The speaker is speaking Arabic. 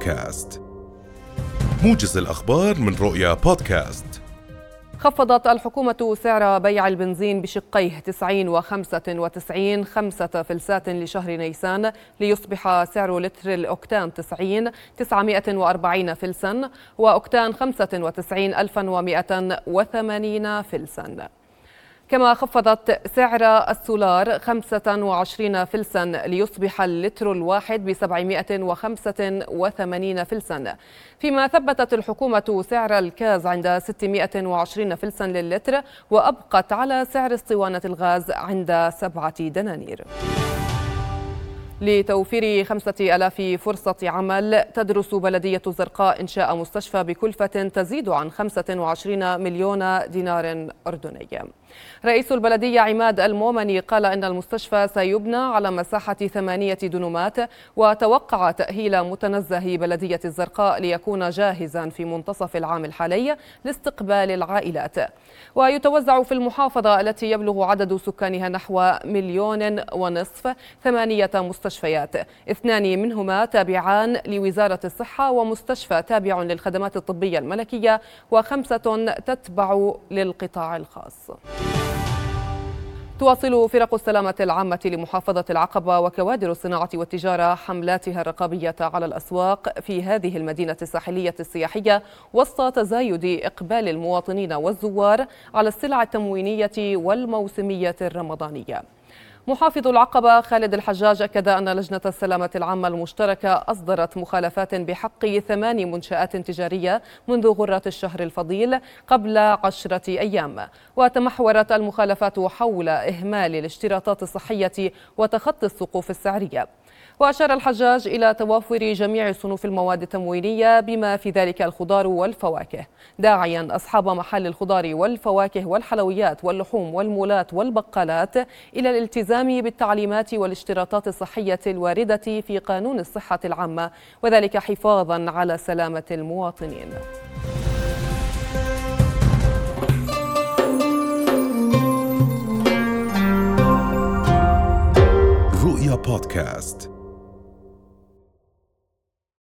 بودكاست. موجز الأخبار من رؤيا بودكاست. خفضت الحكومة سعر بيع البنزين بشقيه 90 و95 5 فلسات لشهر نيسان، ليصبح سعر لتر الأوكتان 90 940 فلسا وأوكتان 95 1180 فلسا. كما خفضت سعر السولار 25 فلسا، ليصبح اللتر الواحد ب 785 فلسا، فيما ثبتت الحكومة سعر الكاز عند 620 فلسا للتر، وأبقت على سعر اسطوانة الغاز عند 7 دنانير. لتوفير 5000 فرصة عمل، تدرس بلدية الزرقاء إنشاء مستشفى بكلفة تزيد عن 25 مليون دينار أردني. رئيس البلدية عماد المؤمني قال إن المستشفى سيبنى على مساحة 8 دنومات، وتوقع تأهيل متنزه بلدية الزرقاء ليكون جاهزا في منتصف العام الحالي لاستقبال العائلات. ويتوزع في المحافظة التي يبلغ عدد سكانها نحو 1.5 مليون 8 مستشفيات، 2 منهما تابعان لوزارة الصحة، ومستشفى تابع للخدمات الطبية الملكية، و5 تتبع للقطاع الخاص. تواصل فرق السلامة العامة لمحافظة العقبة وكوادر الصناعة والتجارة حملاتها الرقابية على الأسواق في هذه المدينة الساحلية السياحية، وسط تزايد إقبال المواطنين والزوار على السلع التموينية والموسمية الرمضانية. محافظ العقبة خالد الحجاج أكد أن لجنة السلامة العامة المشتركة أصدرت مخالفات بحق 8 منشآت تجارية منذ غرة الشهر الفضيل قبل 10 أيام، وتمحورت المخالفات حول إهمال الاشتراطات الصحية وتخطي السقوف السعرية. وأشار الحجاج إلى توافر جميع صنوف المواد التموينية بما في ذلك الخضار والفواكه، داعيا أصحاب محل الخضار والفواكه والحلويات واللحوم والمولات والبقالات إلى الالتزام بالتعليمات والاشتراطات الصحية الواردة في قانون الصحة العامة، وذلك حفاظا على سلامة المواطنين. رؤيا بودكاست.